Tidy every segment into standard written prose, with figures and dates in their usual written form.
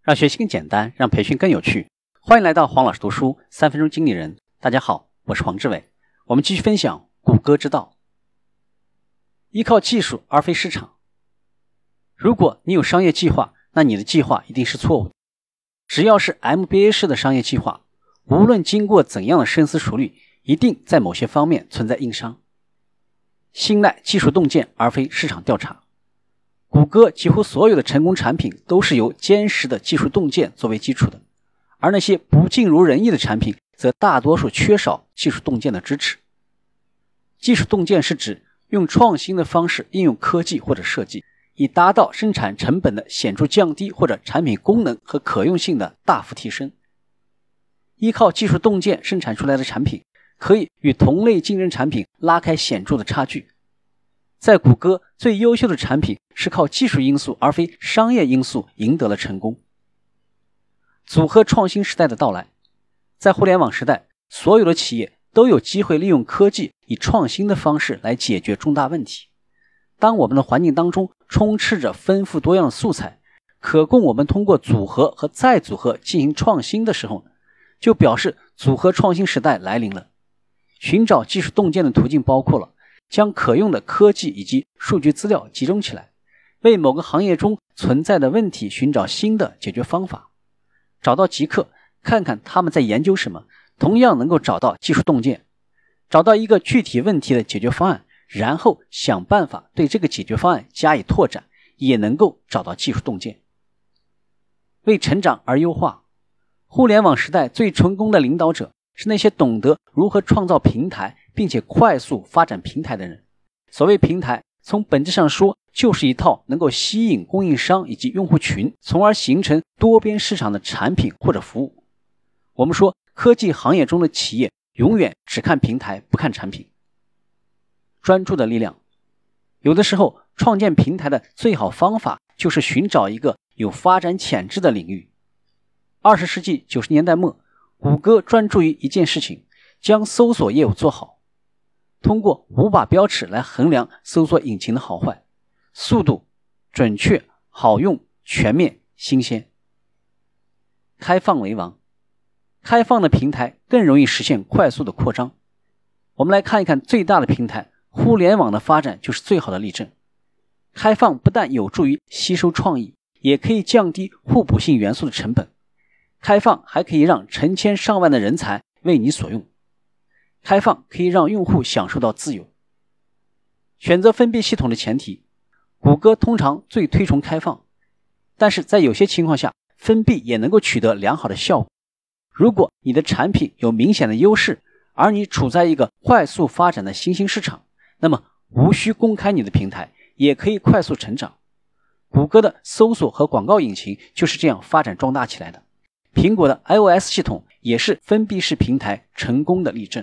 让学习更简单，让培训更有趣。欢迎来到黄老师读书3分钟经理人。大家好，我是黄志伟。我们继续分享谷歌之道。依靠技术而非市场。如果你有商业计划，那你的计划一定是错误的。只要是 MBA 式的商业计划，无论经过怎样的深思熟虑，一定在某些方面存在硬伤。信赖技术洞见而非市场调查。谷歌几乎所有的成功产品都是由坚实的技术洞见作为基础的，而那些不尽如人意的产品则大多数缺少技术洞见的支持。技术洞见是指用创新的方式应用科技或者设计，以达到生产成本的显著降低或者产品功能和可用性的大幅提升。依靠技术洞见生产出来的产品可以与同类竞争产品拉开显著的差距。在谷歌，最优秀的产品是靠技术因素而非商业因素赢得了成功。组合创新时代的到来。在互联网时代，所有的企业都有机会利用科技以创新的方式来解决重大问题。当我们的环境当中充斥着丰富多样的素材，可供我们通过组合和再组合进行创新的时候，就表示组合创新时代来临了。寻找技术洞见的途径包括了将可用的科技以及数据资料集中起来，为某个行业中存在的问题寻找新的解决方法。找到极客，看看他们在研究什么，同样能够找到技术洞见。找到一个具体问题的解决方案，然后想办法对这个解决方案加以拓展，也能够找到技术洞见。为成长而优化。互联网时代最成功的领导者是那些懂得如何创造平台并且快速发展平台的人。所谓平台，从本质上说就是一套能够吸引供应商以及用户群，从而形成多边市场的产品或者服务。我们说科技行业中的企业永远只看平台不看产品。专注的力量。有的时候创建平台的最好方法就是寻找一个有发展潜质的领域。20世纪90年代末，谷歌专注于一件事情，将搜索业务做好。通过5把标尺来衡量搜索引擎的好坏：速度、准确、好用、全面、新鲜。开放为王。开放的平台更容易实现快速的扩张。我们来看一看最大的平台，互联网的发展就是最好的例证。开放不但有助于吸收创意，也可以降低互补性元素的成本。开放还可以让成千上万的人才为你所用。开放可以让用户享受到自由。选择封闭系统的前提，谷歌通常最推崇开放，但是在有些情况下，封闭也能够取得良好的效果。如果你的产品有明显的优势，而你处在一个快速发展的新兴市场，那么无需公开你的平台，也可以快速成长。谷歌的搜索和广告引擎就是这样发展壮大起来的。苹果的 iOS 系统也是封闭式平台成功的例证。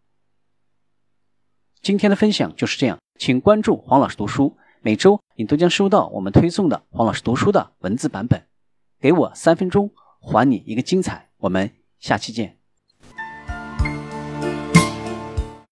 今天的分享就是这样，请关注黄老师读书，每周你都将收到我们推送的黄老师读书的文字版本。给我3分钟，还你一个精彩，我们下期见。